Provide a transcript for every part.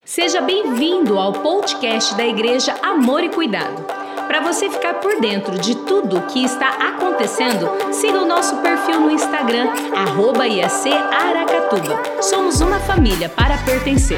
Seja bem-vindo ao podcast da Igreja Amor e Cuidado. Para você ficar por dentro de tudo o que está acontecendo, siga o nosso perfil no Instagram, @IACAracatuba. Somos uma família para pertencer.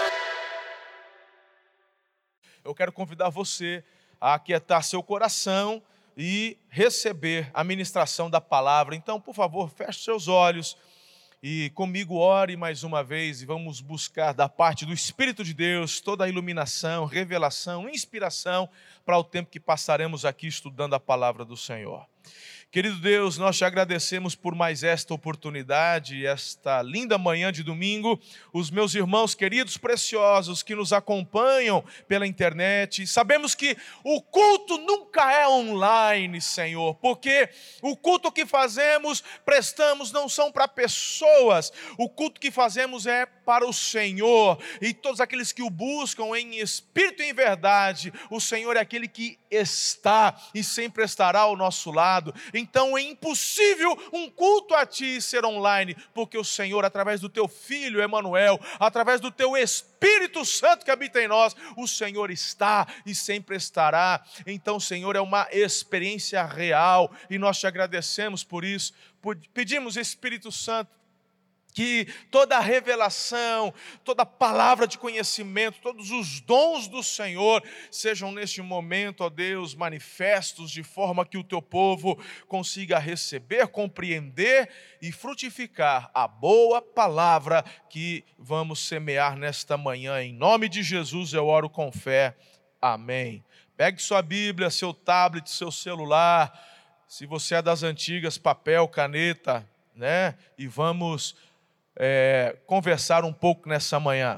Eu quero convidar você a aquietar seu coração e receber a ministração da palavra. Então, por favor, feche seus olhos e comigo ore mais uma vez e vamos buscar da parte do Espírito de Deus toda a iluminação, revelação, inspiração para o tempo que passaremos aqui estudando a palavra do Senhor. Querido Deus, nós te agradecemos por mais esta oportunidade, esta linda manhã de domingo. Os meus irmãos queridos, preciosos, que nos acompanham pela internet, sabemos que o culto nunca é online, Senhor, porque o culto que fazemos, prestamos, não são para pessoas, o culto que fazemos é para o Senhor, e todos aqueles que o buscam em espírito e em verdade, o Senhor é aquele que está e sempre estará ao nosso lado. Então é impossível um culto a Ti ser online, porque o Senhor, através do Teu Filho Emanuel, através do Teu Espírito Santo que habita em nós, o Senhor está e sempre estará. Então, Senhor, é uma experiência real e nós Te agradecemos por isso. Pedimos, Espírito Santo, que toda a revelação, toda palavra de conhecimento, todos os dons do Senhor sejam neste momento, ó Deus, manifestos de forma que o Teu povo consiga receber, compreender e frutificar a boa palavra que vamos semear nesta manhã. Em nome de Jesus eu oro com fé. Amém. Pegue sua Bíblia, seu tablet, seu celular, se você é das antigas, papel, caneta, né? E vamos conversar um pouco nessa manhã.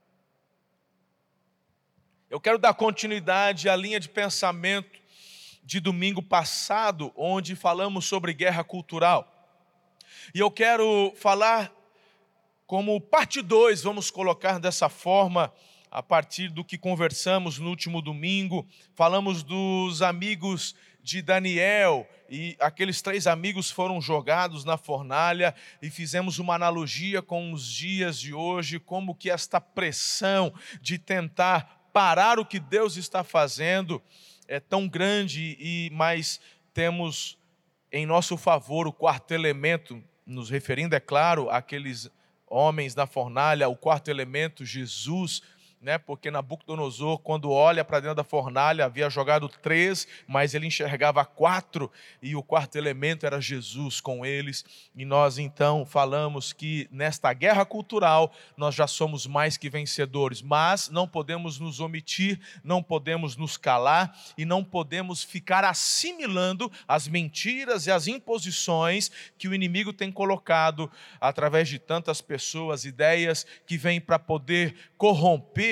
Eu quero dar continuidade à linha de pensamento de domingo passado, onde falamos sobre guerra cultural. E eu quero falar como parte 2, vamos colocar dessa forma, a partir do que conversamos no último domingo. Falamos dos amigos de Daniel, e aqueles 3 amigos foram jogados na fornalha, e fizemos uma analogia com os dias de hoje, como que esta pressão de tentar parar o que Deus está fazendo é tão grande, mas temos em nosso favor o quarto elemento, nos referindo, é claro, àqueles homens na fornalha, o quarto elemento, Jesus, né? Porque Nabucodonosor, quando olha para dentro da fornalha, havia jogado 3, mas ele enxergava 4, e o quarto elemento era Jesus com eles. E nós então falamos que nesta guerra cultural nós já somos mais que vencedores, mas não podemos nos omitir, não podemos nos calar e não podemos ficar assimilando as mentiras e as imposições que o inimigo tem colocado através de tantas pessoas, ideias que vêm para poder corromper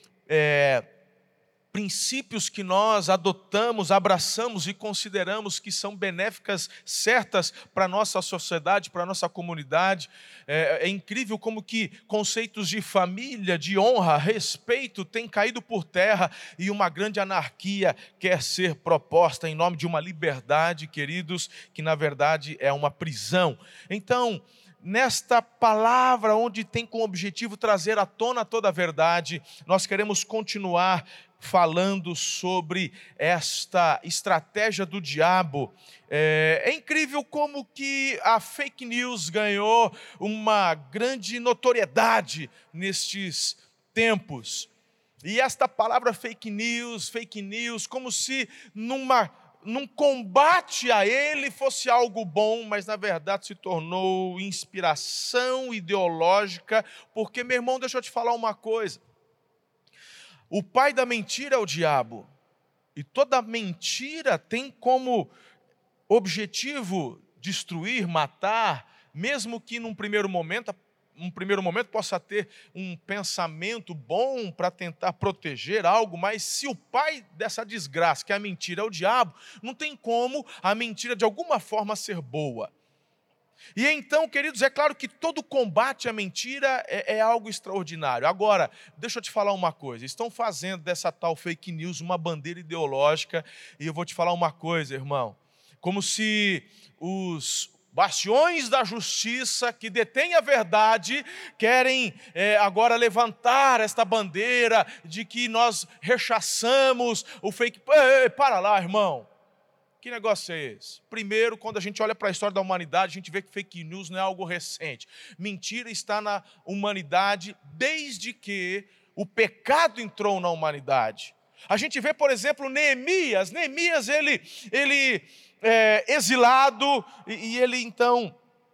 princípios que nós adotamos, abraçamos e consideramos que são benéficas, certas para a nossa sociedade, para a nossa comunidade. É incrível como que conceitos de família, de honra, respeito têm caído por terra, e uma grande anarquia quer ser proposta em nome de uma liberdade, queridos, que na verdade é uma prisão. Então, nesta palavra, onde tem como objetivo trazer à tona toda a verdade, nós queremos continuar falando sobre esta estratégia do diabo. É incrível como que a fake news ganhou uma grande notoriedade nestes tempos. E esta palavra fake news, como se num combate a ele fosse algo bom, mas na verdade se tornou inspiração ideológica, porque, meu irmão, deixa eu te falar uma coisa, o pai da mentira é o diabo, e toda mentira tem como objetivo destruir, matar, mesmo que num primeiro momento possa ter um pensamento bom para tentar proteger algo, mas se o pai dessa desgraça, que é a mentira, é o diabo, não tem como a mentira de alguma forma ser boa. E então, queridos, é claro que todo combate à mentira é algo extraordinário. Agora, deixa eu te falar uma coisa, estão fazendo dessa tal fake news uma bandeira ideológica, e eu vou te falar uma coisa, irmão, como se os bastiões da justiça que detêm a verdade, querem agora levantar esta bandeira de que nós rechaçamos o fake. Para lá, irmão. Que negócio é esse? Primeiro, quando a gente olha para a história da humanidade, a gente vê que fake news não é algo recente. Mentira está na humanidade desde que o pecado entrou na humanidade. A gente vê, por exemplo, Neemias. Neemias, ele exilado, e ele então,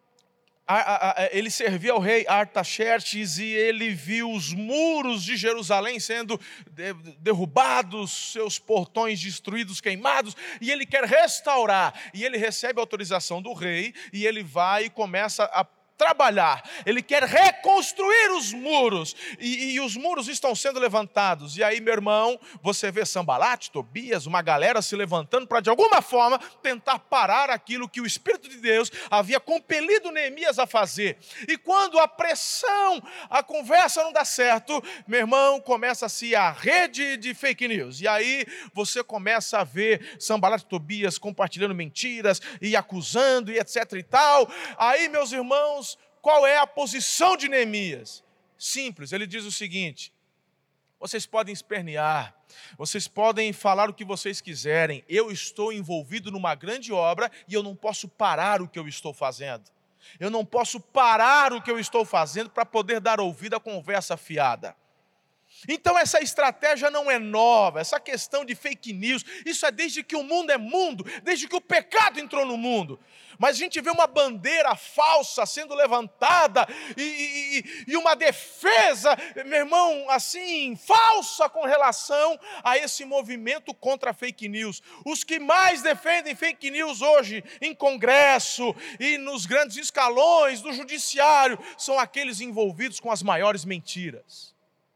ele servia ao rei Artaxerxes, e ele viu os muros de Jerusalém sendo derrubados, seus portões destruídos, queimados, e ele quer restaurar, e ele recebe a autorização do rei, e ele vai e começa a trabalhar, ele quer reconstruir os muros, e os muros estão sendo levantados, e aí, meu irmão, você vê Sanbalate, Tobias, uma galera se levantando para de alguma forma tentar parar aquilo que o Espírito de Deus havia compelido Neemias a fazer. E quando a pressão, a conversa não dá certo, meu irmão, começa-se a rede de fake news, e aí você começa a ver Sanbalate e Tobias compartilhando mentiras e acusando e etc e tal. Aí, meus irmãos, qual é a posição de Neemias? Simples, ele diz o seguinte: vocês podem espernear, vocês podem falar o que vocês quiserem, eu estou envolvido numa grande obra e eu não posso parar o que eu estou fazendo. Eu não posso parar o que eu estou fazendo para poder dar ouvido à conversa fiada. Então essa estratégia não é nova, essa questão de fake news, isso é desde que o mundo é mundo, desde que o pecado entrou no mundo. Mas a gente vê uma bandeira falsa sendo levantada e uma defesa, meu irmão, assim, falsa com relação a esse movimento contra a fake news. Os que mais defendem fake news hoje em Congresso e nos grandes escalões do judiciário são aqueles envolvidos com as maiores mentiras.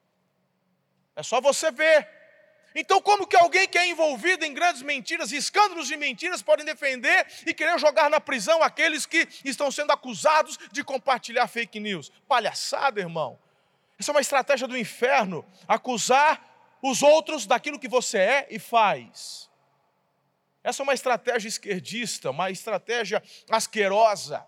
É só você ver. Então, como que alguém que é envolvido em grandes mentiras, escândalos de mentiras, podem defender e querer jogar na prisão aqueles que estão sendo acusados de compartilhar fake news? Palhaçada, irmão. Essa é uma estratégia do inferno, acusar os outros daquilo que você é e faz. Essa é uma estratégia esquerdista, uma estratégia asquerosa.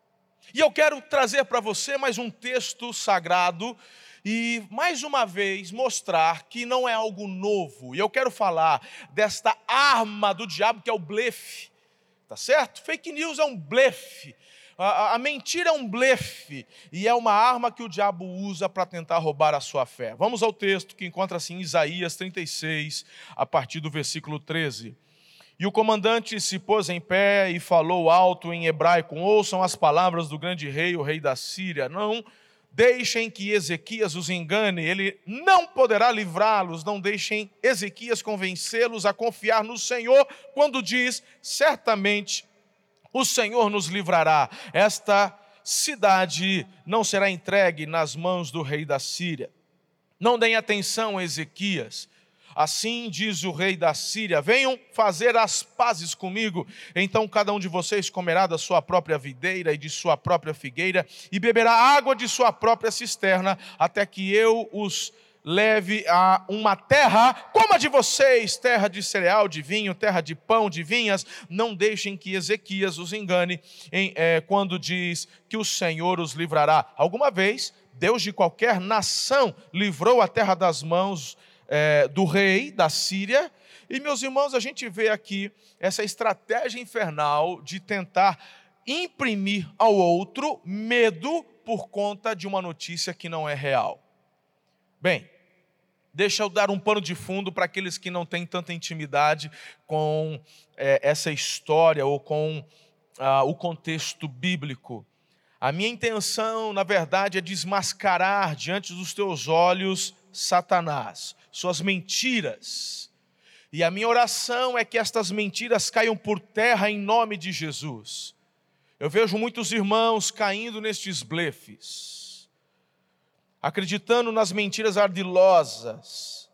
E eu quero trazer para você mais um texto sagrado e, mais uma vez, mostrar que não é algo novo. E eu quero falar desta arma do diabo que é o blefe. Tá certo? Fake news é um blefe. A mentira é um blefe. E é uma arma que o diabo usa para tentar roubar a sua fé. Vamos ao texto que encontra-se em Isaías 36, a partir do versículo 13. E o comandante se pôs em pé e falou alto em hebraico: ouçam as palavras do grande rei, o rei da Síria. Não deixem que Ezequias os engane, ele não poderá livrá-los. Não deixem Ezequias convencê-los a confiar no Senhor, quando diz: certamente o Senhor nos livrará. Esta cidade não será entregue nas mãos do rei da Síria. Não deem atenção a Ezequias. Assim diz o rei da Síria: venham fazer as pazes comigo. Então cada um de vocês comerá da sua própria videira e de sua própria figueira, e beberá água de sua própria cisterna, até que eu os leve a uma terra como a de vocês, terra de cereal, de vinho, terra de pão, de vinhas. Não deixem que Ezequias os engane quando diz que o Senhor os livrará. Alguma vez, Deus de qualquer nação livrou a terra das mãos do rei da Síria. E, meus irmãos, a gente vê aqui essa estratégia infernal de tentar imprimir ao outro medo por conta de uma notícia que não é real. Bem, deixa eu dar um pano de fundo para aqueles que não têm tanta intimidade com essa história ou com o contexto bíblico. A minha intenção, na verdade, é desmascarar diante dos teus olhos Satanás, suas mentiras. E a minha oração é que estas mentiras caiam por terra em nome de Jesus. Eu vejo muitos irmãos caindo nestes blefes, acreditando nas mentiras ardilosas.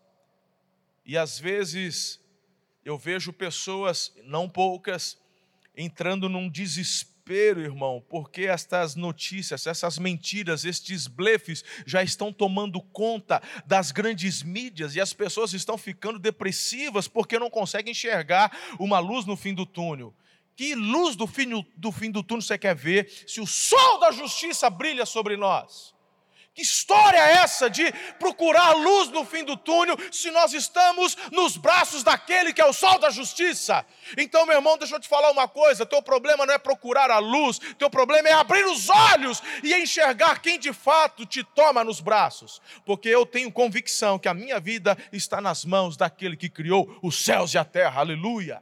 E às vezes eu vejo pessoas, não poucas, entrando num desespero, irmão, porque estas notícias, essas mentiras, estes blefes já estão tomando conta das grandes mídias, e as pessoas estão ficando depressivas porque não conseguem enxergar uma luz no fim do túnel. Que luz do fim do túnel você quer ver se o sol da justiça brilha sobre nós? Que história é essa de procurar a luz no fim do túnel se nós estamos nos braços daquele que é o sol da justiça? Então, meu irmão, deixa eu te falar uma coisa, teu problema não é procurar a luz, teu problema é abrir os olhos e enxergar quem de fato te toma nos braços. Porque eu tenho convicção que a minha vida está nas mãos daquele que criou os céus e a terra, aleluia.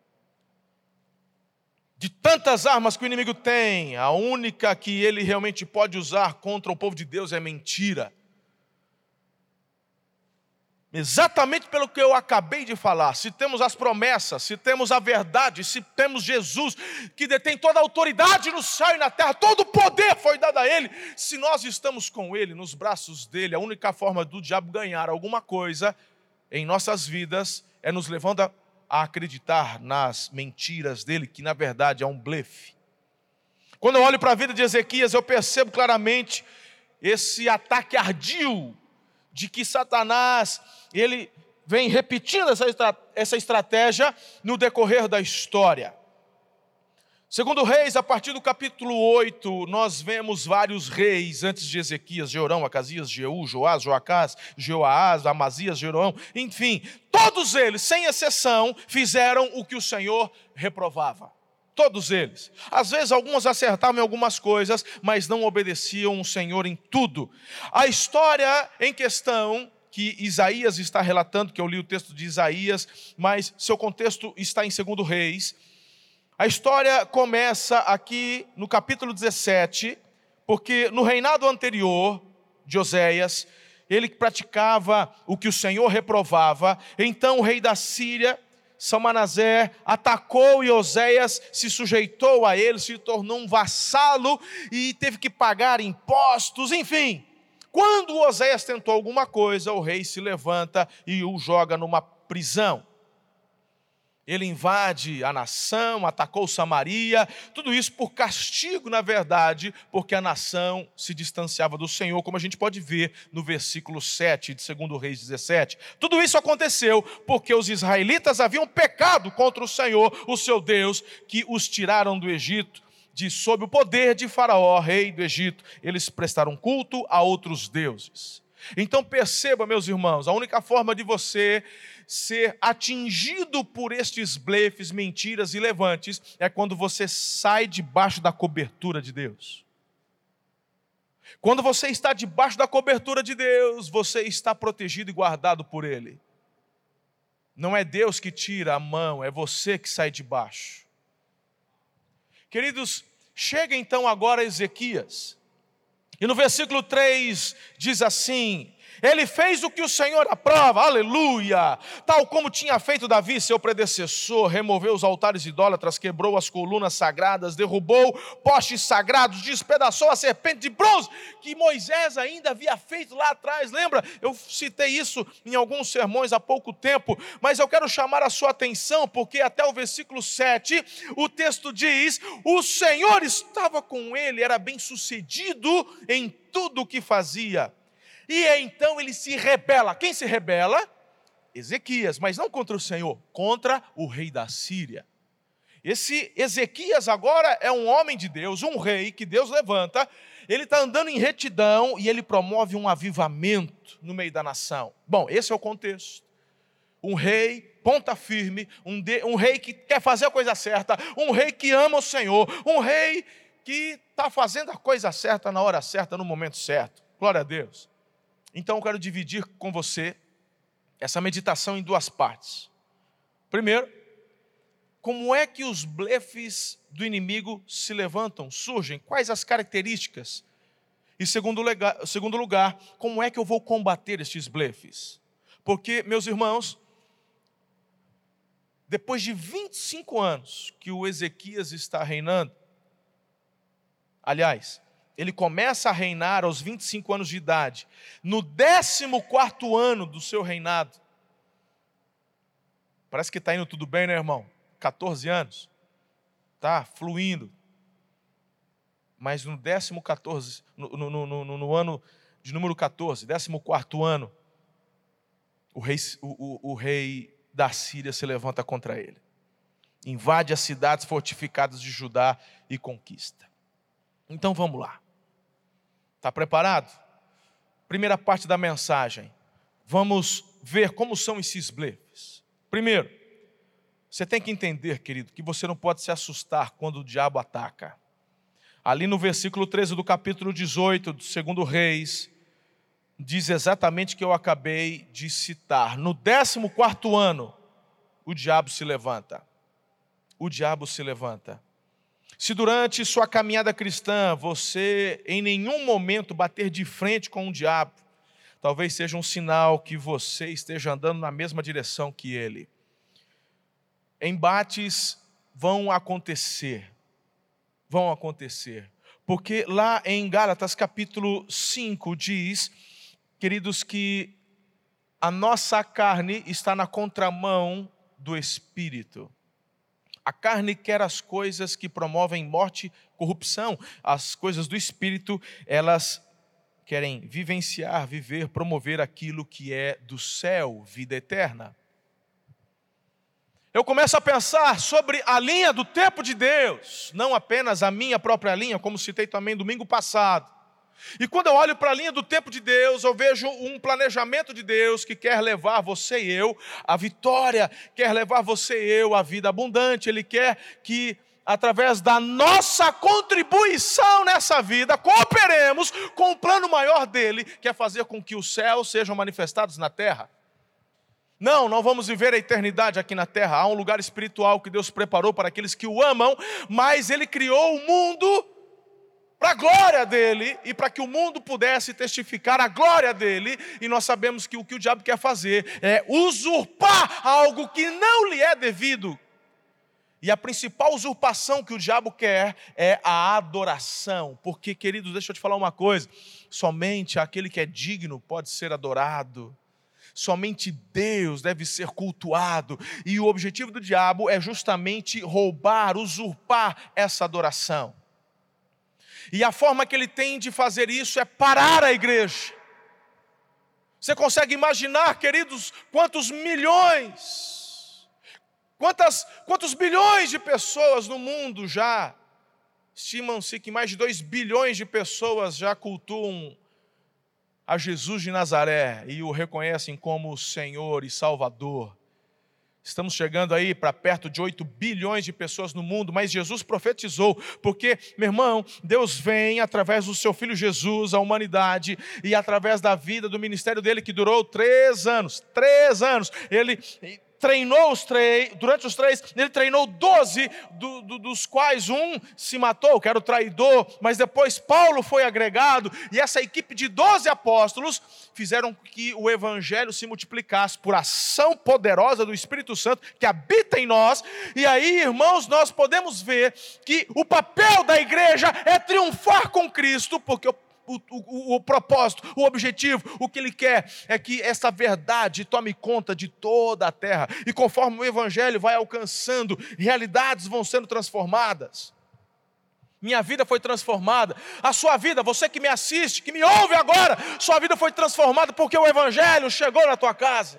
De tantas armas que o inimigo tem, a única que ele realmente pode usar contra o povo de Deus é mentira. Exatamente pelo que eu acabei de falar. Se temos as promessas, se temos a verdade, se temos Jesus, que detém toda a autoridade no céu e na terra, todo o poder foi dado a Ele. Se nós estamos com Ele, nos braços dEle, a única forma do diabo ganhar alguma coisa em nossas vidas é nos levando a acreditar nas mentiras dele, que na verdade é um blefe. Quando eu olho para a vida de Ezequias, eu percebo claramente esse ataque ardil de que Satanás, ele vem repetindo essa estratégia no decorrer da história. Segundo Reis, a partir do capítulo 8, nós vemos vários reis antes de Ezequias: Jeorão, Acasias, Jeú, Joás, Joacás, Jeoás, Amazias, Jeroão, enfim, todos eles, sem exceção, fizeram o que o Senhor reprovava. Todos eles. Às vezes alguns acertavam em algumas coisas, mas não obedeciam o Senhor em tudo. A história em questão que Isaías está relatando, que eu li o texto de Isaías, mas seu contexto está em 2 Reis. A história começa aqui no capítulo 17, porque no reinado anterior de Oséias, ele praticava o que o Senhor reprovava. Então o rei da Síria, Salmanaser, atacou e Oséias se sujeitou a ele, se tornou um vassalo e teve que pagar impostos, enfim. Quando Oséias tentou alguma coisa, o rei se levanta e o joga numa prisão. Ele invade a nação, atacou Samaria, tudo isso por castigo, na verdade, porque a nação se distanciava do Senhor, como a gente pode ver no versículo 7 de 2 Reis 17. Tudo isso aconteceu porque os israelitas haviam pecado contra o Senhor, o seu Deus, que os tiraram do Egito, sob o poder de Faraó, rei do Egito. Eles prestaram culto a outros deuses. Então perceba, meus irmãos, a única forma de você ser atingido por estes blefes, mentiras e levantes é quando você sai debaixo da cobertura de Deus. Quando você está debaixo da cobertura de Deus, você está protegido e guardado por Ele. Não é Deus que tira a mão, é você que sai debaixo. Queridos, chega então agora Ezequias. E no versículo 3 diz assim: ele fez o que o Senhor aprova, aleluia, tal como tinha feito Davi, seu predecessor, removeu os altares idólatras, quebrou as colunas sagradas, derrubou postes sagrados, despedaçou a serpente de bronze, que Moisés ainda havia feito lá atrás. Lembra? Eu citei isso em alguns sermões há pouco tempo, mas eu quero chamar a sua atenção, porque até o versículo 7, o texto diz: o Senhor estava com ele, era bem sucedido em tudo o que fazia. E então ele se rebela. Quem se rebela? Ezequias, mas não contra o Senhor, contra o rei da Síria. Esse Ezequias agora é um homem de Deus, um rei que Deus levanta. Ele está andando em retidão e ele promove um avivamento no meio da nação. Bom, esse é o contexto. Um rei ponta firme, um rei que quer fazer a coisa certa, um rei que ama o Senhor, um rei que está fazendo a coisa certa na hora certa, no momento certo. Glória a Deus. Então eu quero dividir com você essa meditação em duas partes. Primeiro, como é que os blefes do inimigo se levantam, surgem? Quais as características? E segundo lugar, como é que eu vou combater estes blefes? Porque, meus irmãos, depois de 25 anos que o Ezequias está reinando, aliás, ele começa a reinar aos 25 anos de idade. No 14º ano do seu reinado. Parece que está indo tudo bem, né, irmão? 14 anos. Está fluindo. Mas no 14º, no ano de número 14, 14º ano, o rei da Síria se levanta contra ele. invade as cidades fortificadas de Judá e conquista. Então vamos lá. Está preparado? Primeira parte da mensagem. Vamos ver como são esses blefes. Primeiro, você tem que entender, querido, que você não pode se assustar quando o diabo ataca. Ali no versículo 13 do capítulo 18 do 2 Reis, diz exatamente o que eu acabei de citar. No 14º ano, o diabo se levanta. O diabo se levanta. Se durante sua caminhada cristã você em nenhum momento bater de frente com o diabo, talvez seja um sinal que você esteja andando na mesma direção que ele. Embates vão acontecer. Porque lá em Gálatas capítulo 5 diz, queridos, que a nossa carne está na contramão do Espírito. A carne quer as coisas que promovem morte, corrupção. As coisas do Espírito, elas querem vivenciar, viver, promover aquilo que é do céu, vida eterna. Eu começo a pensar sobre a linha do tempo de Deus, não apenas a minha própria linha, como citei também domingo passado. E quando eu olho para a linha do tempo de Deus, eu vejo um planejamento de Deus que quer levar você e eu à vitória, quer levar você e eu à vida abundante. Ele quer que, através da nossa contribuição nessa vida, cooperemos com o plano maior dele, que é fazer com que os céus sejam manifestados na terra. Não vamos viver a eternidade aqui na terra. Há um lugar espiritual que Deus preparou para aqueles que o amam, mas Ele criou o mundo para a glória dEle e para que o mundo pudesse testificar a glória dEle. E nós sabemos que o que o diabo quer fazer é usurpar algo que não lhe é devido. E a principal usurpação que o diabo quer é a adoração. Porque, queridos, deixa eu te falar uma coisa. Somente aquele que é digno pode ser adorado. Somente Deus deve ser cultuado. E o objetivo do diabo é justamente roubar, usurpar essa adoração. E a forma que ele tem de fazer isso é parar a igreja. Você consegue imaginar, queridos, quantos bilhões de pessoas no mundo já? Estimam-se que mais de 2 bilhões de pessoas já cultuam a Jesus de Nazaré e o reconhecem como Senhor e Salvador. Estamos chegando aí para perto de 8 bilhões de pessoas no mundo, mas Jesus profetizou, porque, meu irmão, Deus vem através do seu Filho Jesus à humanidade e através da vida, do ministério dele que durou 3 anos. 3 anos. Ele treinou os 3, durante os 3, ele treinou 12, dos quais um se matou, que era o traidor, mas depois Paulo foi agregado, e essa equipe de 12 apóstolos fizeram que o evangelho se multiplicasse por ação poderosa do Espírito Santo, que habita em nós, e aí, irmãos, nós podemos ver que o papel da igreja é triunfar com Cristo, porque o propósito, o objetivo, o que ele quer é que essa verdade tome conta de toda a terra. E conforme o evangelho vai alcançando, realidades vão sendo transformadas. Minha vida foi transformada. A sua vida, você que me assiste, que me ouve agora, sua vida foi transformada porque o evangelho chegou na tua casa.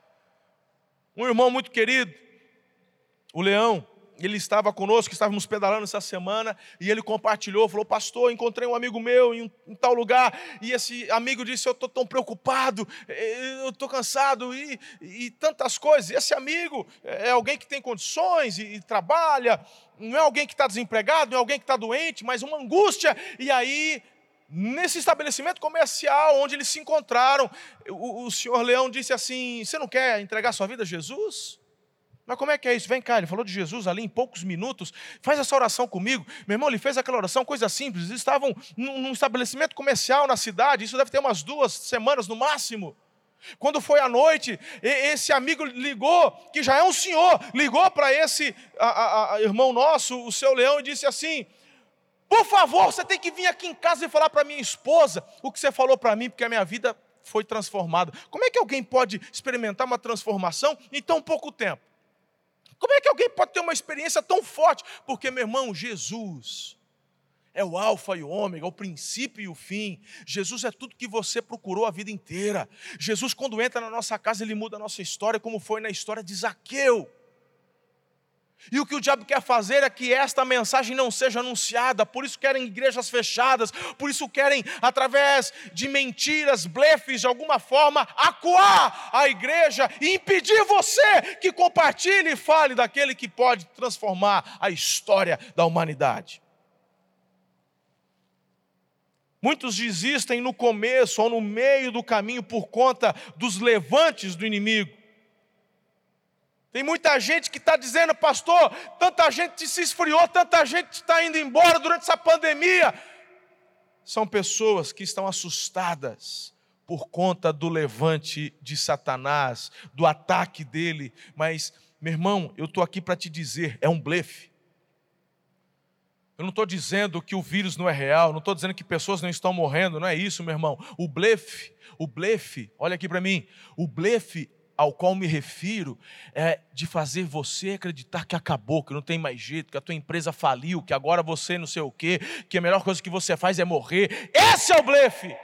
Um irmão muito querido, o Leão, ele estava conosco, estávamos pedalando essa semana, e ele compartilhou, falou: pastor, encontrei um amigo meu em tal lugar, e esse amigo disse: eu estou tão preocupado, eu estou cansado, e tantas coisas. E esse amigo é alguém que tem condições e trabalha, não é alguém que está desempregado, não é alguém que está doente, mas uma angústia. E aí, nesse estabelecimento comercial onde eles se encontraram, o senhor Leão disse assim: você não quer entregar sua vida a Jesus? Mas como é que é isso? Vem cá, ele falou de Jesus ali em poucos minutos, faz essa oração comigo. Meu irmão, ele fez aquela oração, coisa simples. Eles estavam num estabelecimento comercial na cidade, isso deve ter umas 2 semanas no máximo. Quando foi à noite, esse amigo ligou, que já é um senhor, ligou para esse irmão nosso, o seu Leão, e disse assim: por favor, você tem que vir aqui em casa e falar para minha esposa o que você falou para mim, porque a minha vida foi transformada. Como é que alguém pode experimentar uma transformação em tão pouco tempo? Como é que alguém pode ter uma experiência tão forte? Porque, meu irmão, Jesus é o alfa e o ômega, o princípio e o fim. Jesus é tudo que você procurou a vida inteira. Jesus, quando entra na nossa casa, ele muda a nossa história, como foi na história de Zaqueu. E o que o diabo quer fazer é que esta mensagem não seja anunciada. Por isso querem igrejas fechadas. Por isso querem, através de mentiras, blefes, de alguma forma, acuar a igreja e impedir você que compartilhe e fale daquele que pode transformar a história da humanidade. Muitos desistem no começo ou no meio do caminho por conta dos levantes do inimigo. Tem muita gente que está dizendo, pastor, tanta gente se esfriou, tanta gente está indo embora durante essa pandemia. São pessoas que estão assustadas por conta do levante de Satanás, do ataque dele. Mas, meu irmão, eu estou aqui para te dizer, é um blefe. Eu não estou dizendo que o vírus não é real, não estou dizendo que pessoas não estão morrendo, não é isso, meu irmão. O blefe, olha aqui para mim, o blefe ao qual me refiro é de fazer você acreditar que acabou, que não tem mais jeito, que a tua empresa faliu, que agora você não sei o quê, que a melhor coisa que você faz é morrer. Esse é o blefe.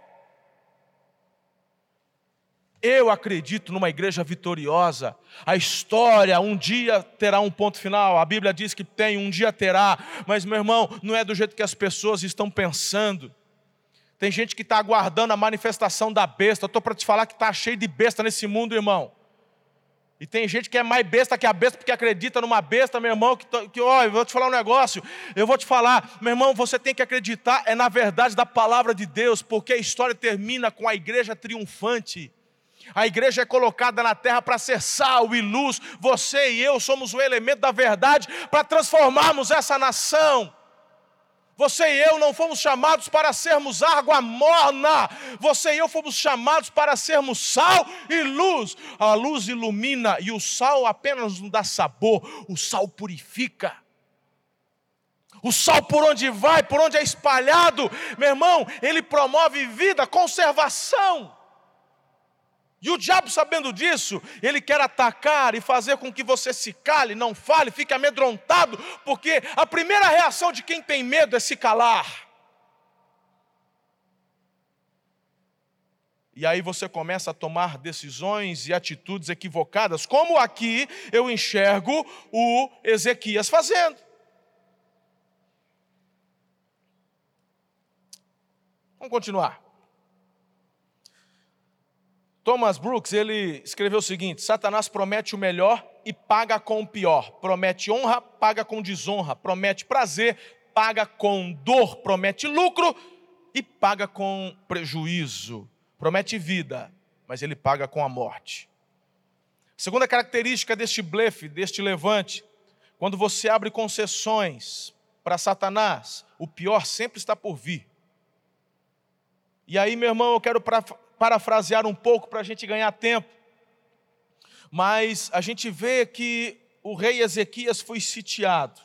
Eu acredito numa igreja vitoriosa. A história um dia terá um ponto final. A Bíblia diz que tem, um dia terá. Mas, meu irmão, não é do jeito que as pessoas estão pensando. Tem gente que está aguardando a manifestação da besta. Eu estou para te falar que está cheio de besta nesse mundo, irmão. E tem gente que é mais besta que a besta porque acredita numa besta, meu irmão, eu vou te falar um negócio. Eu vou te falar, meu irmão, você tem que acreditar na verdade da palavra de Deus, porque a história termina com a igreja triunfante. A igreja é colocada na terra para ser sal e luz. Você e eu somos o elemento da verdade para transformarmos essa nação. Você e eu não fomos chamados para sermos água morna. Você e eu fomos chamados para sermos sal e luz. A luz ilumina e o sal apenas não dá sabor. O sal purifica. O sal por onde vai, por onde é espalhado, meu irmão, ele promove vida, conservação. E o diabo, sabendo disso, ele quer atacar e fazer com que você se cale, não fale, fique amedrontado, porque a primeira reação de quem tem medo é se calar. E aí você começa a tomar decisões e atitudes equivocadas, como aqui eu enxergo o Ezequias fazendo. Vamos continuar. Thomas Brooks, ele escreveu o seguinte: Satanás promete o melhor e paga com o pior. Promete honra, paga com desonra. Promete prazer, paga com dor. Promete lucro e paga com prejuízo. Promete vida, mas ele paga com a morte. Segunda característica deste blefe, deste levante: quando você abre concessões para Satanás, o pior sempre está por vir. E aí, meu irmão, eu quero parafrasear um pouco para a gente ganhar tempo. Mas a gente vê que o rei Ezequias foi sitiado.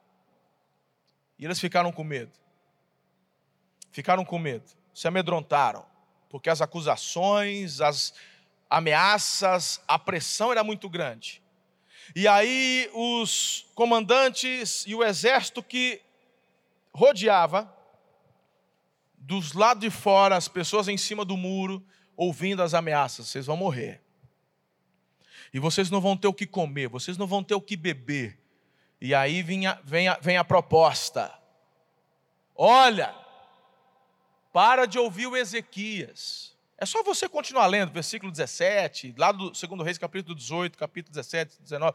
E eles ficaram com medo. Ficaram com medo. Se amedrontaram. Porque as acusações, as ameaças, a pressão era muito grande. E aí os comandantes e o exército que rodeava, dos lados de fora, as pessoas em cima do muro, ouvindo as ameaças: vocês vão morrer. E vocês não vão ter o que comer, vocês não vão ter o que beber. E aí vem a proposta: olha, para de ouvir o Ezequias. É só você continuar lendo, versículo 17, lá do 2 Reis, capítulo 18, capítulo 17, 19.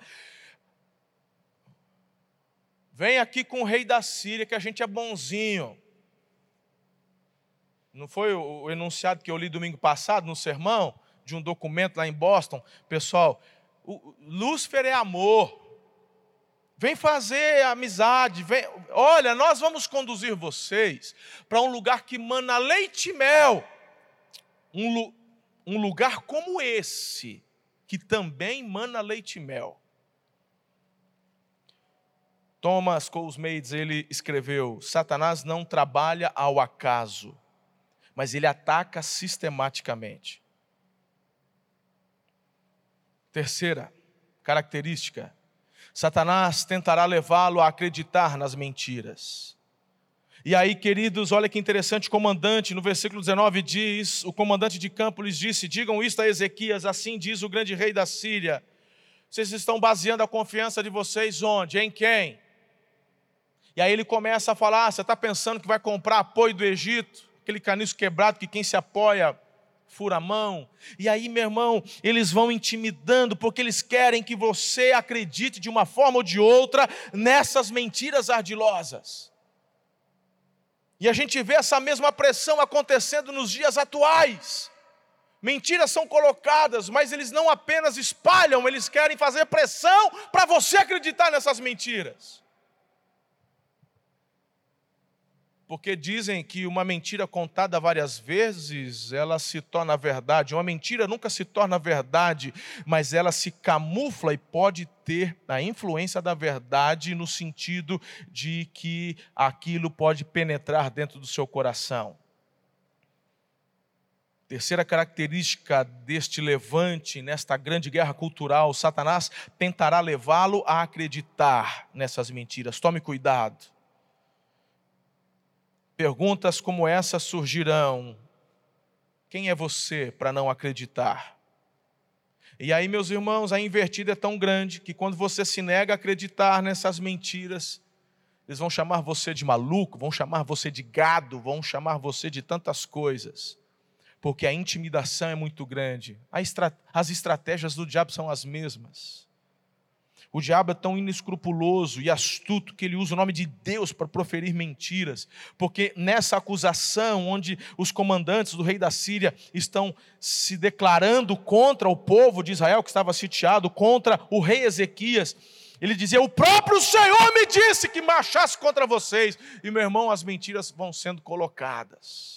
Vem aqui com o rei da Síria, que a gente é bonzinho. Não foi o enunciado que eu li domingo passado no sermão, de um documento lá em Boston? Pessoal, Lúcifer é amor. Vem fazer amizade. Olha, nós vamos conduzir vocês para um lugar que mana leite e mel. Um lugar como esse, que também mana leite e mel. Thomas Cousemades, ele escreveu: Satanás não trabalha ao acaso, mas ele ataca sistematicamente. Terceira característica: Satanás tentará levá-lo a acreditar nas mentiras. E aí, queridos, olha que interessante, o comandante, no versículo 19 diz, o comandante de campo lhes disse: digam isto a Ezequias, assim diz o grande rei da Síria: Vocês estão baseando a confiança de vocês onde? Em quem? E aí ele começa a falar, você está pensando que vai comprar apoio do Egito? Aquele caniço quebrado que quem se apoia fura a mão. E aí, meu irmão, eles vão intimidando, porque eles querem que você acredite de uma forma ou de outra nessas mentiras ardilosas. E a gente vê essa mesma pressão acontecendo nos dias atuais. Mentiras são colocadas, mas eles não apenas espalham, eles querem fazer pressão para você acreditar nessas mentiras. Porque dizem que uma mentira contada várias vezes, ela se torna verdade. Uma mentira nunca se torna verdade, mas ela se camufla e pode ter a influência da verdade no sentido de que aquilo pode penetrar dentro do seu coração. Terceira característica deste levante, nesta grande guerra cultural, Satanás tentará levá-lo a acreditar nessas mentiras. Tome cuidado. Perguntas como essa surgirão. Quem é você para não acreditar? E aí, meus irmãos, a invertida é tão grande que quando você se nega a acreditar nessas mentiras, eles vão chamar você de maluco, vão chamar você de gado, vão chamar você de tantas coisas. Porque a intimidação é muito grande. As estratégias do diabo são as mesmas. O diabo é tão inescrupuloso e astuto que ele usa o nome de Deus para proferir mentiras. Porque nessa acusação, onde os comandantes do rei da Síria estão se declarando contra o povo de Israel que estava sitiado, contra o rei Ezequias, ele dizia, o próprio Senhor me disse que marchasse contra vocês. E, meu irmão, as mentiras vão sendo colocadas.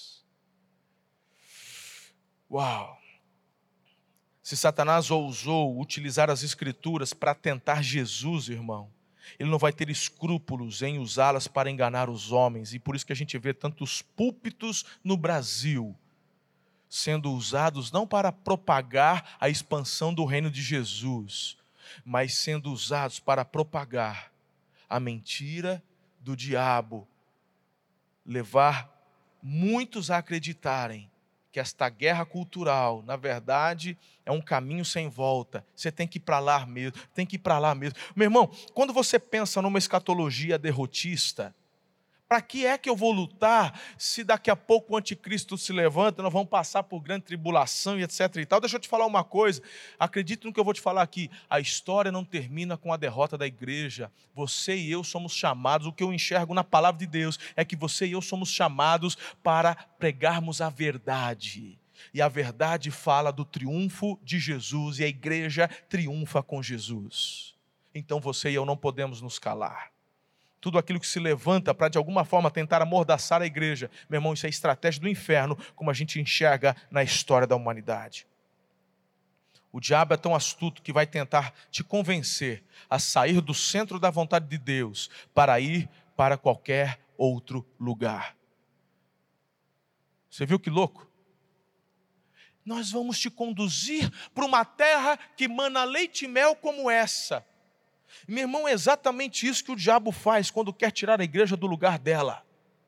Uau! Se Satanás ousou utilizar as Escrituras para tentar Jesus, irmão, ele não vai ter escrúpulos em usá-las para enganar os homens. E por isso que a gente vê tantos púlpitos no Brasil sendo usados não para propagar a expansão do reino de Jesus, mas sendo usados para propagar a mentira do diabo, levar muitos a acreditarem que esta guerra cultural, na verdade, é um caminho sem volta. Você tem que ir para lá mesmo, tem que ir para lá mesmo. Meu irmão, quando você pensa numa escatologia derrotista, para que é que eu vou lutar se daqui a pouco o anticristo se levanta, nós vamos passar por grande tribulação e etc e tal? Deixa eu te falar uma coisa, acredite no que eu vou te falar aqui, a história não termina com a derrota da igreja. Você e eu somos chamados, o que eu enxergo na palavra de Deus é que você e eu somos chamados para pregarmos a verdade. E a verdade fala do triunfo de Jesus e a igreja triunfa com Jesus. Então você e eu não podemos nos calar. Tudo aquilo que se levanta para de alguma forma tentar amordaçar a igreja, meu irmão, isso é estratégia do inferno, como a gente enxerga na história da humanidade. O diabo é tão astuto que vai tentar te convencer a sair do centro da vontade de Deus para ir para qualquer outro lugar. Você viu que louco? Nós vamos te conduzir para uma terra que mana leite e mel como essa. Meu irmão, é exatamente isso que o diabo faz quando quer tirar a igreja do lugar dela.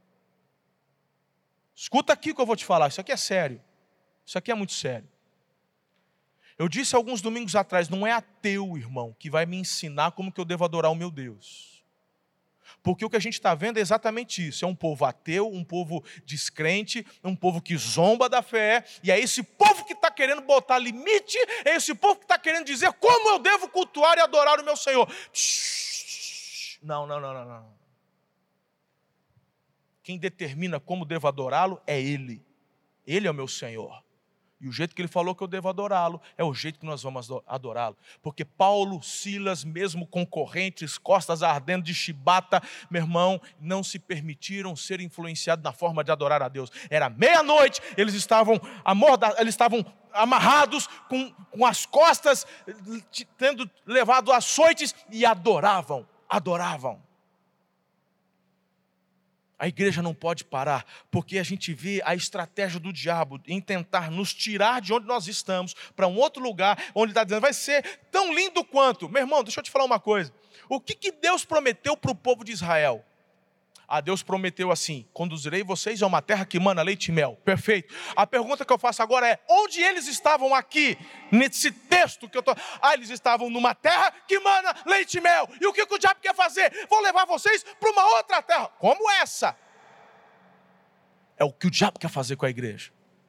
Escuta aqui o que eu vou te falar, isso aqui é sério. Isso aqui é muito sério. Eu disse alguns domingos atrás, não é ateu, irmão, que vai me ensinar como que eu devo adorar o meu Deus. Porque o que a gente está vendo é exatamente isso. É um povo ateu, um povo descrente, um povo que zomba da fé. E é esse povo que está querendo botar limite, é esse povo que está querendo dizer como eu devo cultuar e adorar o meu Senhor. Não. Quem determina como devo adorá-lo é Ele. Ele é o meu Senhor. E o jeito que ele falou que eu devo adorá-lo é o jeito que nós vamos adorá-lo. Porque Paulo, Silas, mesmo concorrentes, costas ardendo de chibata, meu irmão, não se permitiram ser influenciados na forma de adorar a Deus. Era meia-noite, eles estavam amarrados com as costas, tendo levado açoites e adoravam. A igreja não pode parar, porque a gente vê a estratégia do diabo em tentar nos tirar de onde nós estamos para um outro lugar, onde ele está dizendo, vai ser tão lindo quanto. Meu irmão, deixa eu te falar uma coisa. O que Deus prometeu para o povo de Israel? Deus prometeu assim: conduzirei vocês a uma terra que mana leite e mel. Perfeito. A pergunta que eu faço agora é: onde eles estavam aqui, nesse texto que eu estou... eles estavam numa terra que mana leite e mel. E o que o diabo quer fazer? Vou levar vocês para uma outra terra. Como essa? É o que o diabo quer fazer com a igreja.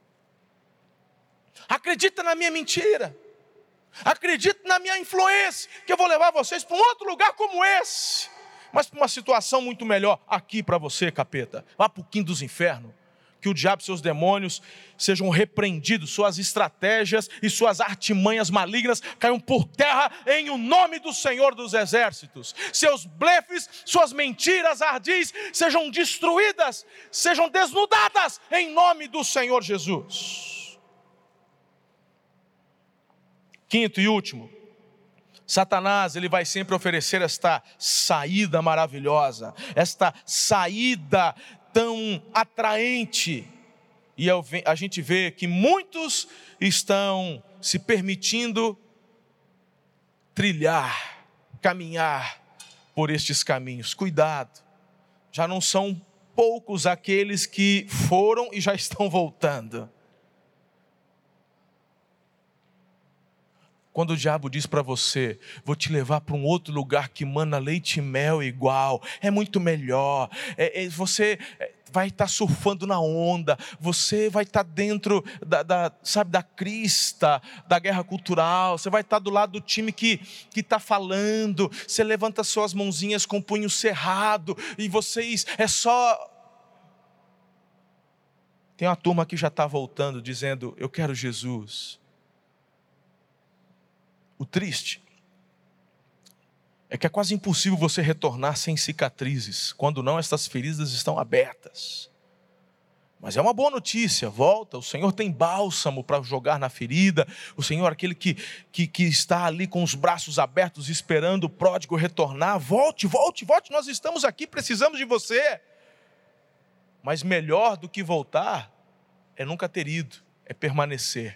Acredita na minha mentira. Acredita na minha influência, que eu vou levar vocês para um outro lugar como esse. Mas para uma situação muito melhor aqui para você, capeta. Vá para o quinto dos infernos. Que o diabo e seus demônios sejam repreendidos, suas estratégias e suas artimanhas malignas caiam por terra em o nome do Senhor dos Exércitos. Seus blefes, suas mentiras ardis sejam destruídas, sejam desnudadas em nome do Senhor Jesus. Quinto e último. Satanás, ele vai sempre oferecer esta saída maravilhosa, esta saída tão atraente. E a gente vê que muitos estão se permitindo trilhar, caminhar por estes caminhos. Cuidado, já não são poucos aqueles que foram e já estão voltando. Quando o diabo diz para você: vou te levar para um outro lugar que mana leite e mel igual, é muito melhor, você vai estar surfando na onda, você vai estar dentro da crista, da guerra cultural, você vai estar do lado do time que está falando, você levanta suas mãozinhas com o punho cerrado, e vocês, Tem uma turma que já está voltando, dizendo: eu quero Jesus. O triste é que é quase impossível você retornar sem cicatrizes, quando não, estas feridas estão abertas. Mas é uma boa notícia: volta, o Senhor tem bálsamo para jogar na ferida, o Senhor é aquele que está ali com os braços abertos, esperando o pródigo retornar. Volte, nós estamos aqui, precisamos de você. Mas melhor do que voltar é nunca ter ido, é permanecer.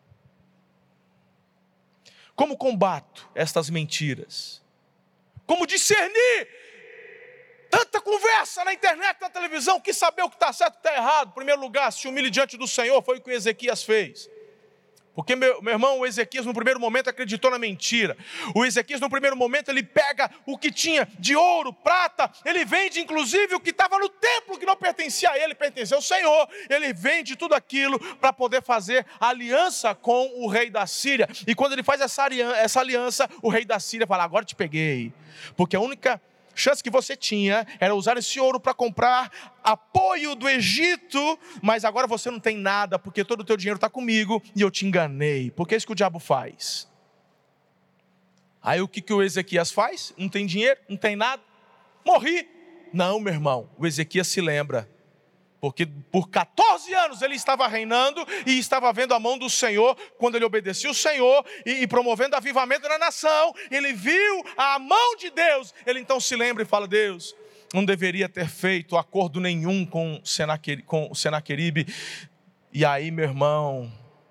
Como combato estas mentiras? Como discernir tanta conversa na internet, na televisão, que saber o que está certo e o que está errado? Em primeiro lugar, se humilhe diante do Senhor, foi o que o Ezequias fez. Porque meu irmão, o Ezequias no primeiro momento acreditou na mentira. O Ezequias no primeiro momento ele pega o que tinha de ouro, prata, ele vende inclusive o que estava no templo, que não pertencia a ele, pertencia ao Senhor. Ele vende tudo aquilo para poder fazer aliança com o rei da Síria. E quando ele faz essa aliança, o rei da Síria fala: agora te peguei. Porque a única chance que você tinha era usar esse ouro para comprar apoio do Egito, mas agora você não tem nada, porque todo o teu dinheiro está comigo e eu te enganei. Porque é isso que o diabo faz. Aí o que o Ezequias faz? Não tem dinheiro, não tem nada, morri. Não, meu irmão, o Ezequias se lembra, porque por 14 anos ele estava reinando e estava vendo a mão do Senhor, quando ele obedecia o Senhor e promovendo avivamento na nação. Ele viu a mão de Deus, ele então se lembra e fala: Deus, não deveria ter feito acordo nenhum com Senaqueribe. E aí, meu irmão,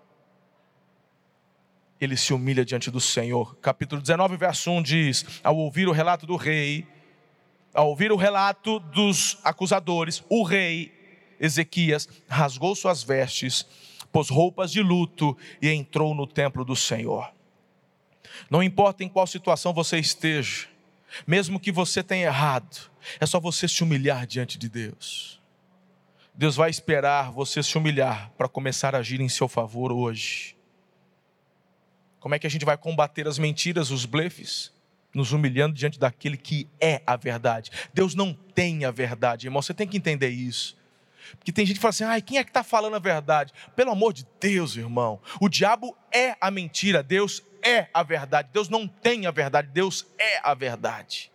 ele se humilha diante do Senhor. Capítulo 19, verso 1 diz: ao ouvir o relato do rei, ao ouvir o relato dos acusadores, o rei Ezequias rasgou suas vestes, pôs roupas de luto e entrou no templo do Senhor. Não importa em qual situação você esteja, mesmo que você tenha errado, é só você se humilhar diante de Deus. Deus vai esperar você se humilhar para começar a agir em seu favor hoje. Como é que a gente vai combater as mentiras, os blefes? Nos humilhando diante daquele que é a verdade. Deus não tem a verdade, irmão, você tem que entender isso. Porque tem gente que fala assim: quem é que está falando a verdade? Pelo amor de Deus, irmão, o diabo é a mentira, Deus é a verdade. Deus não tem a verdade, Deus é a verdade.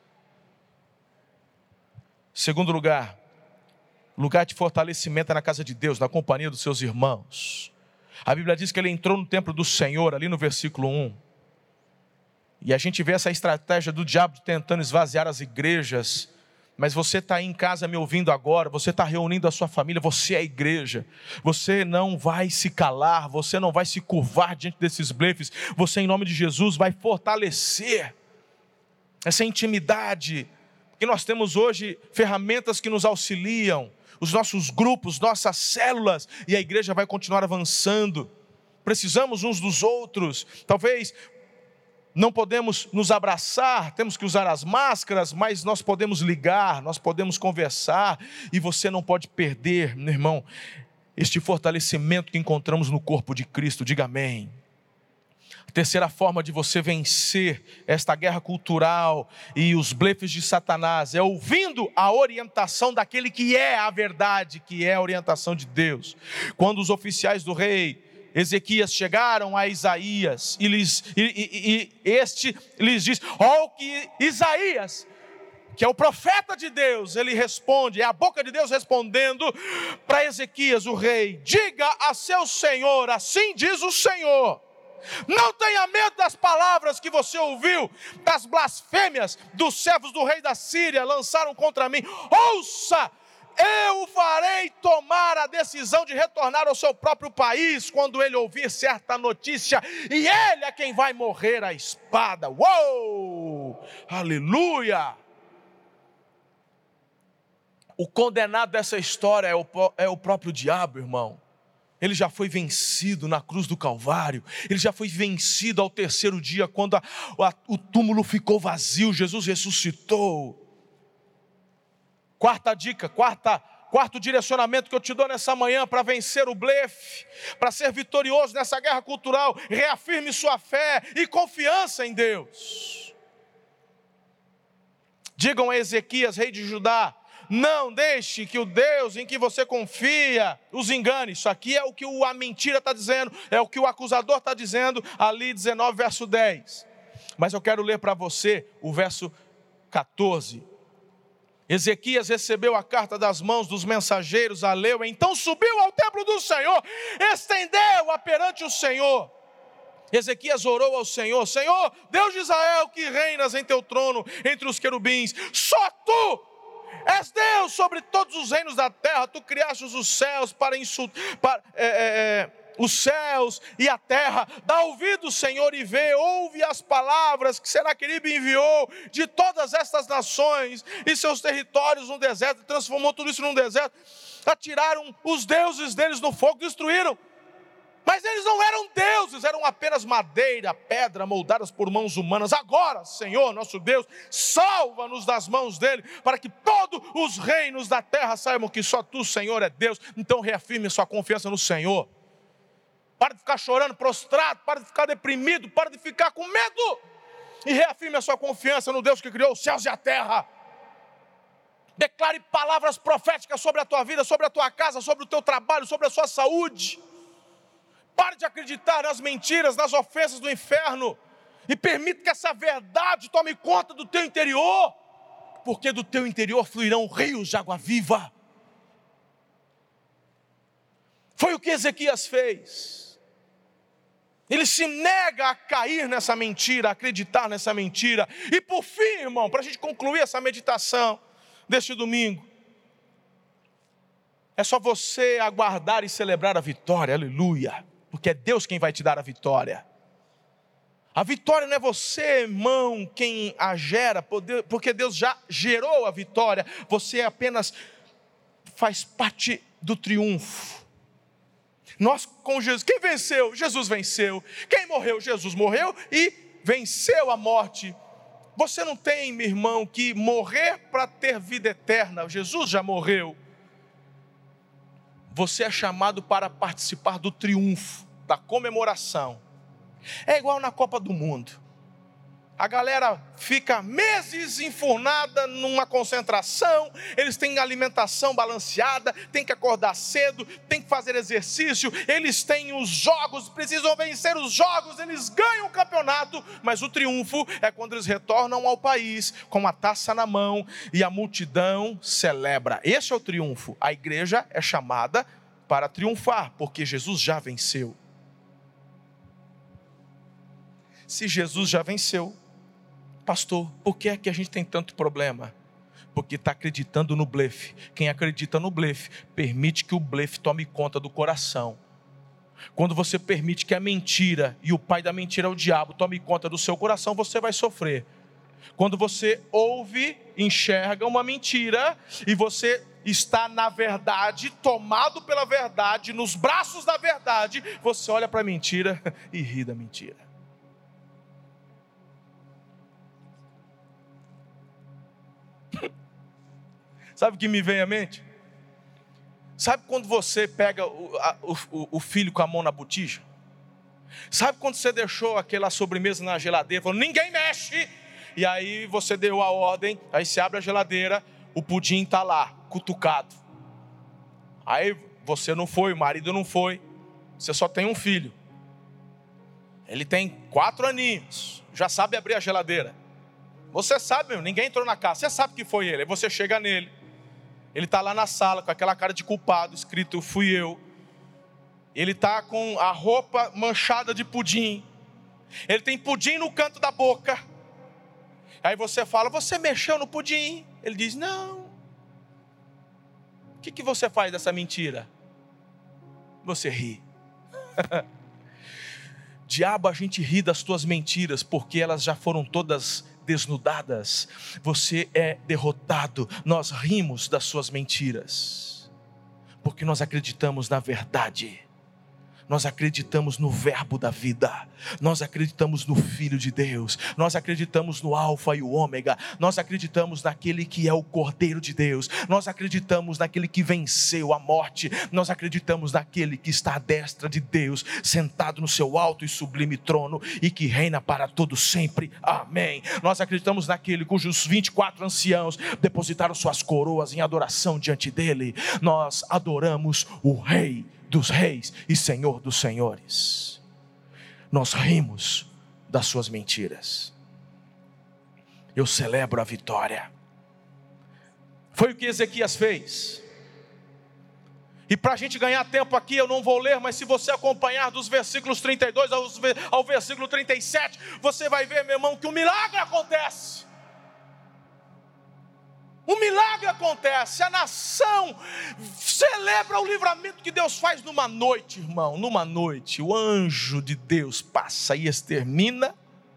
Segundo lugar de fortalecimento é na casa de Deus, na companhia dos seus irmãos. A Bíblia diz que ele entrou no templo do Senhor, ali no versículo 1. E a gente vê essa estratégia do diabo tentando esvaziar as igrejas. Mas você está aí em casa me ouvindo agora, você está reunindo a sua família, você é a igreja. Você não vai se calar, você não vai se curvar diante desses blefes. Você, em nome de Jesus, vai fortalecer essa intimidade. que nós temos hoje ferramentas que nos auxiliam, os nossos grupos, nossas células, e a igreja vai continuar avançando. Precisamos uns dos outros. Talvez não podemos nos abraçar, temos que usar as máscaras, mas nós podemos ligar, nós podemos conversar, e você não pode perder, meu irmão, este fortalecimento que encontramos no corpo de Cristo. Diga amém. A terceira forma de você vencer esta guerra cultural e os blefes de Satanás é ouvindo a orientação daquele que é a verdade, que é a orientação de Deus. Quando os oficiais do rei Ezequias chegaram a Isaías e este lhes diz: ó, que Isaías, que é o profeta de Deus, ele responde, é a boca de Deus respondendo para Ezequias, o rei: diga a seu senhor, assim diz o Senhor, não tenha medo das palavras que você ouviu, das blasfêmias dos servos do rei da Síria lançaram contra mim. Ouça, eu o farei tomar a decisão de retornar ao seu próprio país quando ele ouvir certa notícia, e ele é quem vai morrer à espada. Uou! Aleluia! O condenado dessa história é o próprio diabo, irmão. Ele já foi vencido na cruz do Calvário. Ele já foi vencido ao terceiro dia, quando o túmulo ficou vazio. Jesus ressuscitou. Quarta dica, quarto direcionamento que eu te dou nessa manhã para vencer o blefe, para ser vitorioso nessa guerra cultural: reafirme sua fé e confiança em Deus. Digam a Ezequias, rei de Judá: não deixe que o Deus em que você confia os engane. Isso aqui é o que a mentira está dizendo, é o que o acusador está dizendo, ali 19, verso 10. Mas eu quero ler para você o verso 14. Ezequias recebeu a carta das mãos dos mensageiros, a leu, então subiu ao templo do Senhor, estendeu-a perante o Senhor. Ezequias orou ao Senhor: Senhor, Deus de Israel, que reinas em teu trono entre os querubins, só tu és Deus sobre todos os reinos da terra. Tu criaste os céus os céus e a terra. Dá ouvido, Senhor, e vê, ouve as palavras que Senaqueribe enviou de todas estas nações e seus territórios no deserto, transformou tudo isso num deserto. Atiraram os deuses deles no fogo, destruíram. Mas eles não eram deuses, eram apenas madeira, pedra, moldadas por mãos humanas. Agora, Senhor, nosso Deus, salva-nos das mãos dele, para que todos os reinos da terra saibam que só tu, Senhor, é Deus. Então reafirme sua confiança no Senhor. Para de ficar chorando, prostrado, para de ficar deprimido, para de ficar com medo. E reafirme a sua confiança no Deus que criou os céus e a terra. Declare palavras proféticas sobre a tua vida, sobre a tua casa, sobre o teu trabalho, sobre a sua saúde. Pare de acreditar nas mentiras, nas ofensas do inferno, e permita que essa verdade tome conta do teu interior, porque do teu interior fluirão rios de água viva. Foi o que Ezequias fez. Ele se nega a cair nessa mentira, a acreditar nessa mentira. E por fim, irmão, para a gente concluir essa meditação deste domingo, é só você aguardar e celebrar a vitória, aleluia. Porque é Deus quem vai te dar a vitória. A vitória não é você, irmão, quem a gera, porque Deus já gerou a vitória. Você apenas faz parte do triunfo. Nós com Jesus, quem venceu? Jesus venceu. Quem morreu? Jesus morreu e venceu a morte. Você não tem, meu irmão, que morrer para ter vida eterna. Jesus já morreu. Você é chamado para participar do triunfo, da comemoração. É igual na Copa do Mundo. A galera fica meses enfurnada numa concentração, eles têm alimentação balanceada, têm que acordar cedo, têm que fazer exercício, eles têm os jogos, precisam vencer os jogos, eles ganham o campeonato, mas o triunfo é quando eles retornam ao país com a taça na mão e a multidão celebra. Esse é o triunfo. A igreja é chamada para triunfar, porque Jesus já venceu. Se Jesus já venceu, pastor, por que é que a gente tem tanto problema? Porque está acreditando no blefe. Quem acredita no blefe, permite que o blefe tome conta do coração. Quando você permite que a mentira, e o pai da mentira é o diabo, tome conta do seu coração, você vai sofrer. Quando você ouve, enxerga uma mentira e você está na verdade, tomado pela verdade, nos braços da verdade, você olha para a mentira e ri da mentira. Sabe o que me vem à mente? Sabe quando você pega o filho com a mão na botija? Sabe quando você deixou aquela sobremesa na geladeira, falou, ninguém mexe, e aí você deu a ordem, aí você abre a geladeira, o pudim está lá, cutucado. Aí você não foi, o marido não foi, você só tem um filho. Ele tem 4 aninhos, já sabe abrir a geladeira. Você sabe, ninguém entrou na casa, você sabe que foi ele. Aí você chega nele, ele está lá na sala com aquela cara de culpado, escrito, fui eu. Ele está com a roupa manchada de pudim. Ele tem pudim no canto da boca. Aí você fala, você mexeu no pudim? Ele diz, não. O que você faz dessa mentira? Você ri. Diabo, a gente ri das tuas mentiras, porque elas já foram todas desnudadas. Você é derrotado. Nós rimos das suas mentiras, porque nós acreditamos na verdade. Nós acreditamos no verbo da vida, nós acreditamos no Filho de Deus, nós acreditamos no Alfa e o Ômega, nós acreditamos naquele que é o Cordeiro de Deus, nós acreditamos naquele que venceu a morte, nós acreditamos naquele que está à destra de Deus, sentado no seu alto e sublime trono e que reina para todo sempre, amém. Nós acreditamos naquele cujos 24 anciãos depositaram suas coroas em adoração diante dele. Nós adoramos o Rei dos reis e Senhor dos senhores. Nós rimos das suas mentiras. Eu celebro a vitória. Foi o que Ezequias fez. E para a gente ganhar tempo aqui, eu não vou ler, mas se você acompanhar dos versículos 32 ao versículo 37, você vai ver, meu irmão, que um milagre acontece. Um milagre acontece, a nação celebra o livramento que Deus faz numa noite, irmão, numa noite. O anjo de Deus passa e extermina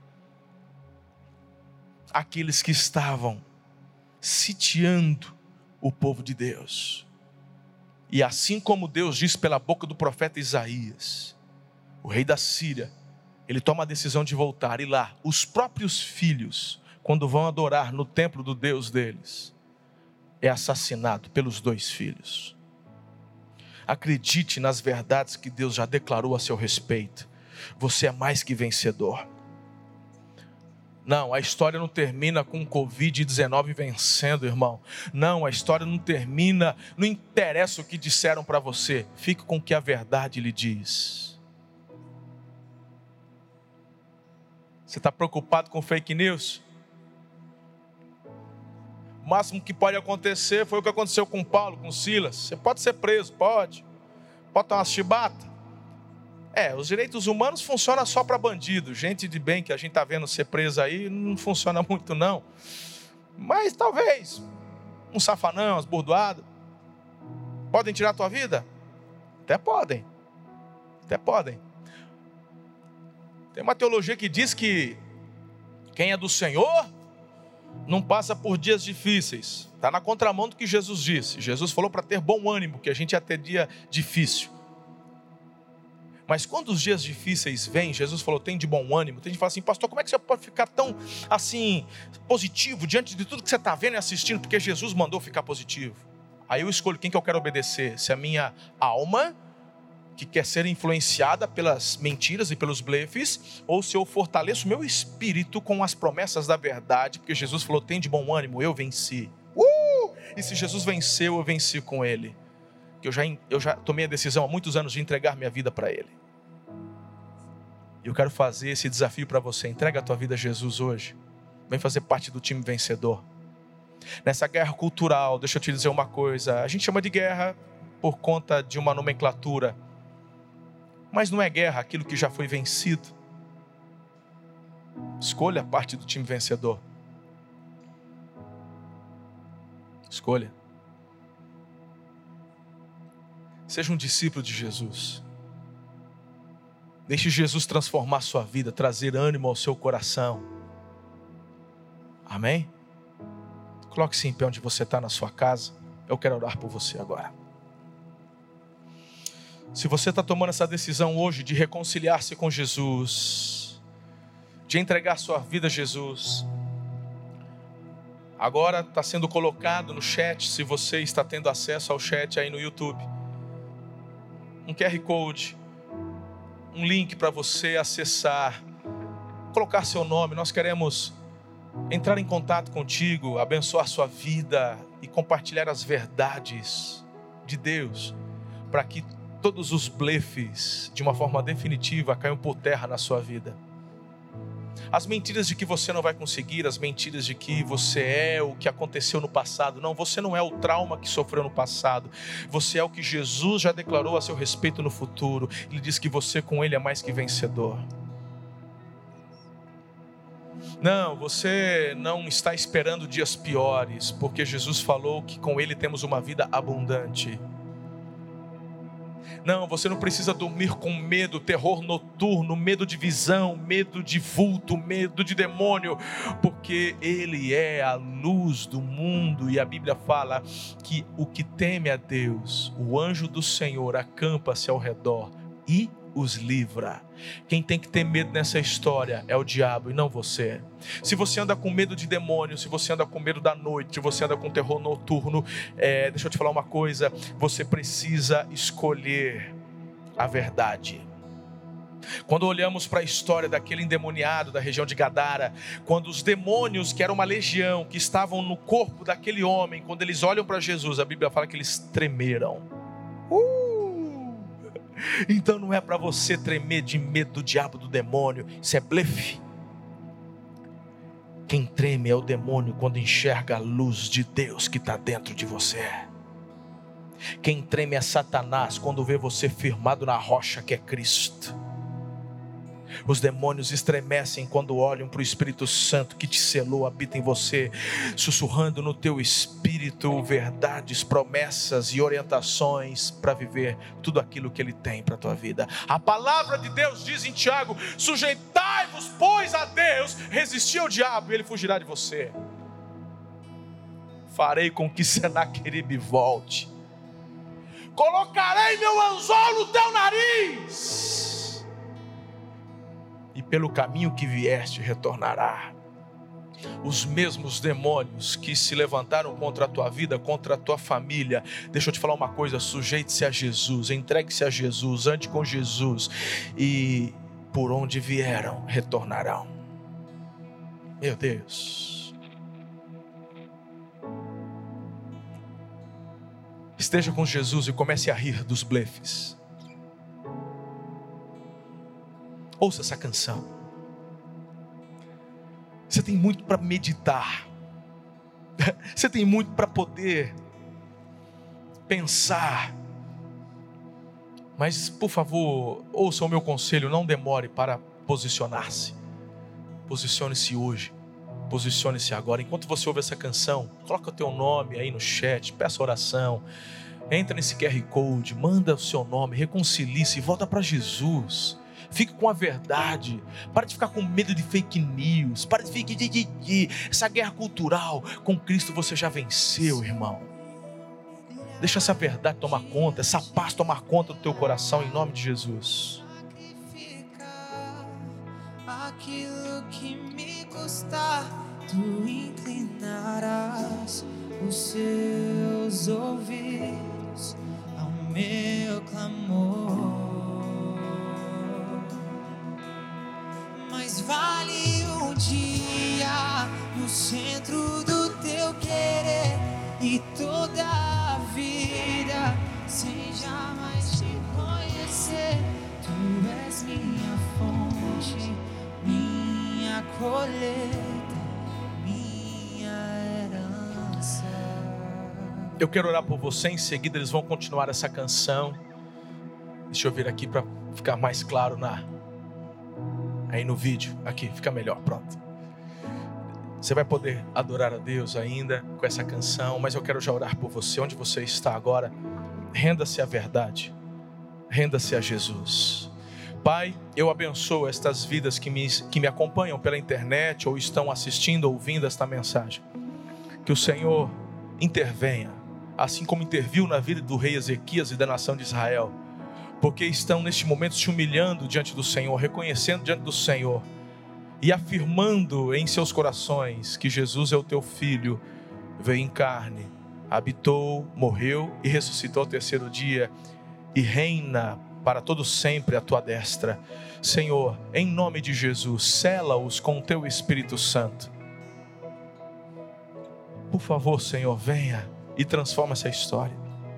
aqueles que estavam sitiando o povo de Deus. E assim como Deus diz pela boca do profeta Isaías, o rei da Síria, ele toma a decisão de voltar, e lá, os próprios filhos, quando vão adorar no templo do Deus deles, é assassinado pelos 2 filhos. Acredite nas verdades que Deus já declarou a seu respeito. Você é mais que vencedor. Não, a história não termina com o Covid-19 vencendo, irmão. Não, a história não termina, não interessa o que disseram para você. Fique com o que a verdade lhe diz. Você está preocupado com fake news? O máximo que pode acontecer foi o que aconteceu com Paulo, com Silas. Você pode ser preso, pode tomar uma chibata. Os direitos humanos funcionam só para bandido. Gente de bem que a gente está vendo ser preso aí, não funciona muito não. Mas talvez, um safanão, umas bordoadas. Podem tirar a tua vida? Até podem. Tem uma teologia que diz que quem é do Senhor não passa por dias difíceis. Está na contramão do que Jesus disse. Jesus falou para ter bom ânimo, que a gente ia ter dia difícil. Mas quando os dias difíceis vêm, Jesus falou, tem de bom ânimo. Tem gente que fala assim, pastor, como é que você pode ficar tão assim, positivo, diante de tudo que você está vendo e assistindo? Porque Jesus mandou ficar positivo. Aí eu escolho quem que eu quero obedecer. Se a minha alma, que quer ser influenciada pelas mentiras e pelos blefes, ou se eu fortaleço meu espírito com as promessas da verdade, porque Jesus falou, tem de bom ânimo, eu venci. E se Jesus venceu, eu venci com ele. Eu já tomei a decisão há muitos anos de entregar minha vida para ele. Eu quero fazer esse desafio para você. Entrega a tua vida a Jesus hoje. Vem fazer parte do time vencedor. Nessa guerra cultural, deixa eu te dizer uma coisa. A gente chama de guerra por conta de uma nomenclatura. Mas não é guerra aquilo que já foi vencido. Escolha a parte do time vencedor. Escolha. Seja um discípulo de Jesus. Deixe Jesus transformar sua vida, trazer ânimo ao seu coração. Amém? Coloque-se em pé onde você está na sua casa. Eu quero orar por você agora. Se você está tomando essa decisão hoje de reconciliar-se com Jesus, de entregar sua vida a Jesus, agora está sendo colocado no chat, se você está tendo acesso ao chat aí no YouTube, um QR Code, um link para você acessar, colocar seu nome. Nós queremos entrar em contato contigo, abençoar sua vida e compartilhar as verdades de Deus, para que todos os blefes, de uma forma definitiva, caiam por terra na sua vida. As mentiras de que você não vai conseguir, as mentiras de que você é o que aconteceu no passado. Não, você não é o trauma que sofreu no passado. Você é o que Jesus já declarou a seu respeito no futuro. Ele diz que você com Ele é mais que vencedor. Não, você não está esperando dias piores, porque Jesus falou que com Ele temos uma vida abundante. Não, você não precisa dormir com medo, terror noturno, medo de visão, medo de vulto, medo de demônio, porque Ele é a luz do mundo, e a Bíblia fala que o que teme a Deus, o anjo do Senhor acampa-se ao redor e os livra. Quem tem que ter medo nessa história é o diabo e não você. Se você anda com medo de demônio, se você anda com medo da noite, se você anda com terror noturno, deixa eu te falar uma coisa, você precisa escolher a verdade. Quando olhamos para a história daquele endemoniado da região de Gadara, quando os demônios, que era uma legião, que estavam no corpo daquele homem, quando eles olham para Jesus, a Bíblia fala que eles tremeram. Então não é para você tremer de medo do diabo, do demônio. Isso é blefe. Quem treme é o demônio quando enxerga a luz de Deus que está dentro de você. Quem treme é Satanás quando vê você firmado na rocha que é Cristo. Os demônios estremecem quando olham para o Espírito Santo que te selou, habita em você, sussurrando no teu espírito verdades, promessas e orientações para viver tudo aquilo que Ele tem para a tua vida. A palavra de Deus diz em Tiago: sujeitai-vos, pois, a Deus, resisti ao diabo e ele fugirá de você. Farei com que Senaqueribe volte, colocarei meu anzol no teu nariz, e pelo caminho que vieste retornará. Os mesmos demônios que se levantaram contra a tua vida, contra a tua família, deixa eu te falar uma coisa: sujeite-se a Jesus, entregue-se a Jesus, ande com Jesus, e por onde vieram, retornarão. Meu Deus, esteja com Jesus e comece a rir dos blefes. Ouça essa canção. Você tem muito para meditar. Você tem muito para poder pensar. Mas, por favor, ouça o meu conselho, não demore para posicionar-se. Posicione-se hoje. Posicione-se agora. Enquanto você ouve essa canção, coloca o teu nome aí no chat, peça oração. Entra nesse QR Code, manda o seu nome, reconcilie-se e volta para Jesus. Fique com a verdade. Para de ficar com medo de fake news. Para de ficar essa guerra cultural. Com Cristo você já venceu, irmão. Deixa essa verdade tomar conta, essa paz tomar conta do teu coração, em nome de Jesus. Aquilo que me custar, tu inclinarás os seus ouvidos ao meu clamor. Mas vale um dia no centro do teu querer, e toda a vida sem jamais te conhecer. Tu és minha fonte, minha colheita, minha herança. Eu quero orar por você, em seguida eles vão continuar essa canção. Deixa eu vir aqui para ficar mais claro aí no vídeo, aqui, fica melhor, pronto. Você vai poder adorar a Deus ainda com essa canção, mas eu quero já orar por você, onde você está agora. Renda-se à verdade, renda-se a Jesus. Pai, eu abençoo estas vidas que me acompanham pela internet ou estão assistindo, ouvindo esta mensagem. Que o Senhor intervenha, assim como interviu na vida do rei Ezequias e da nação de Israel, porque estão neste momento se humilhando diante do Senhor, reconhecendo diante do Senhor e afirmando em seus corações que Jesus é o teu Filho, veio em carne, habitou, morreu e ressuscitou ao terceiro dia e reina para todo sempre à tua destra. Senhor, em nome de Jesus, sela-os com o teu Espírito Santo. Por favor, Senhor, venha e transforma essa história.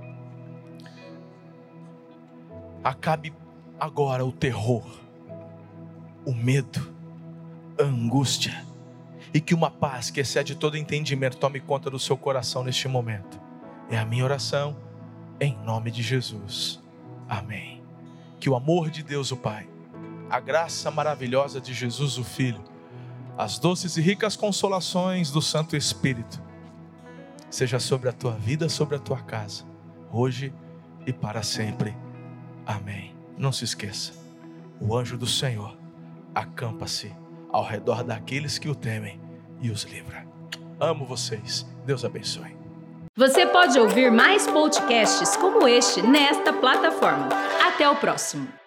Acabe agora o terror, o medo, a angústia, e que uma paz que excede todo entendimento tome conta do seu coração neste momento. É a minha oração, em nome de Jesus. Amém. Que o amor de Deus o Pai, a graça maravilhosa de Jesus o Filho, as doces e ricas consolações do Santo Espírito, seja sobre a tua vida, sobre a tua casa, hoje e para sempre. Amém. Não se esqueça, o anjo do Senhor acampa-se ao redor daqueles que o temem e os livra. Amo vocês. Deus abençoe. Você pode ouvir mais podcasts como este nesta plataforma. Até o próximo.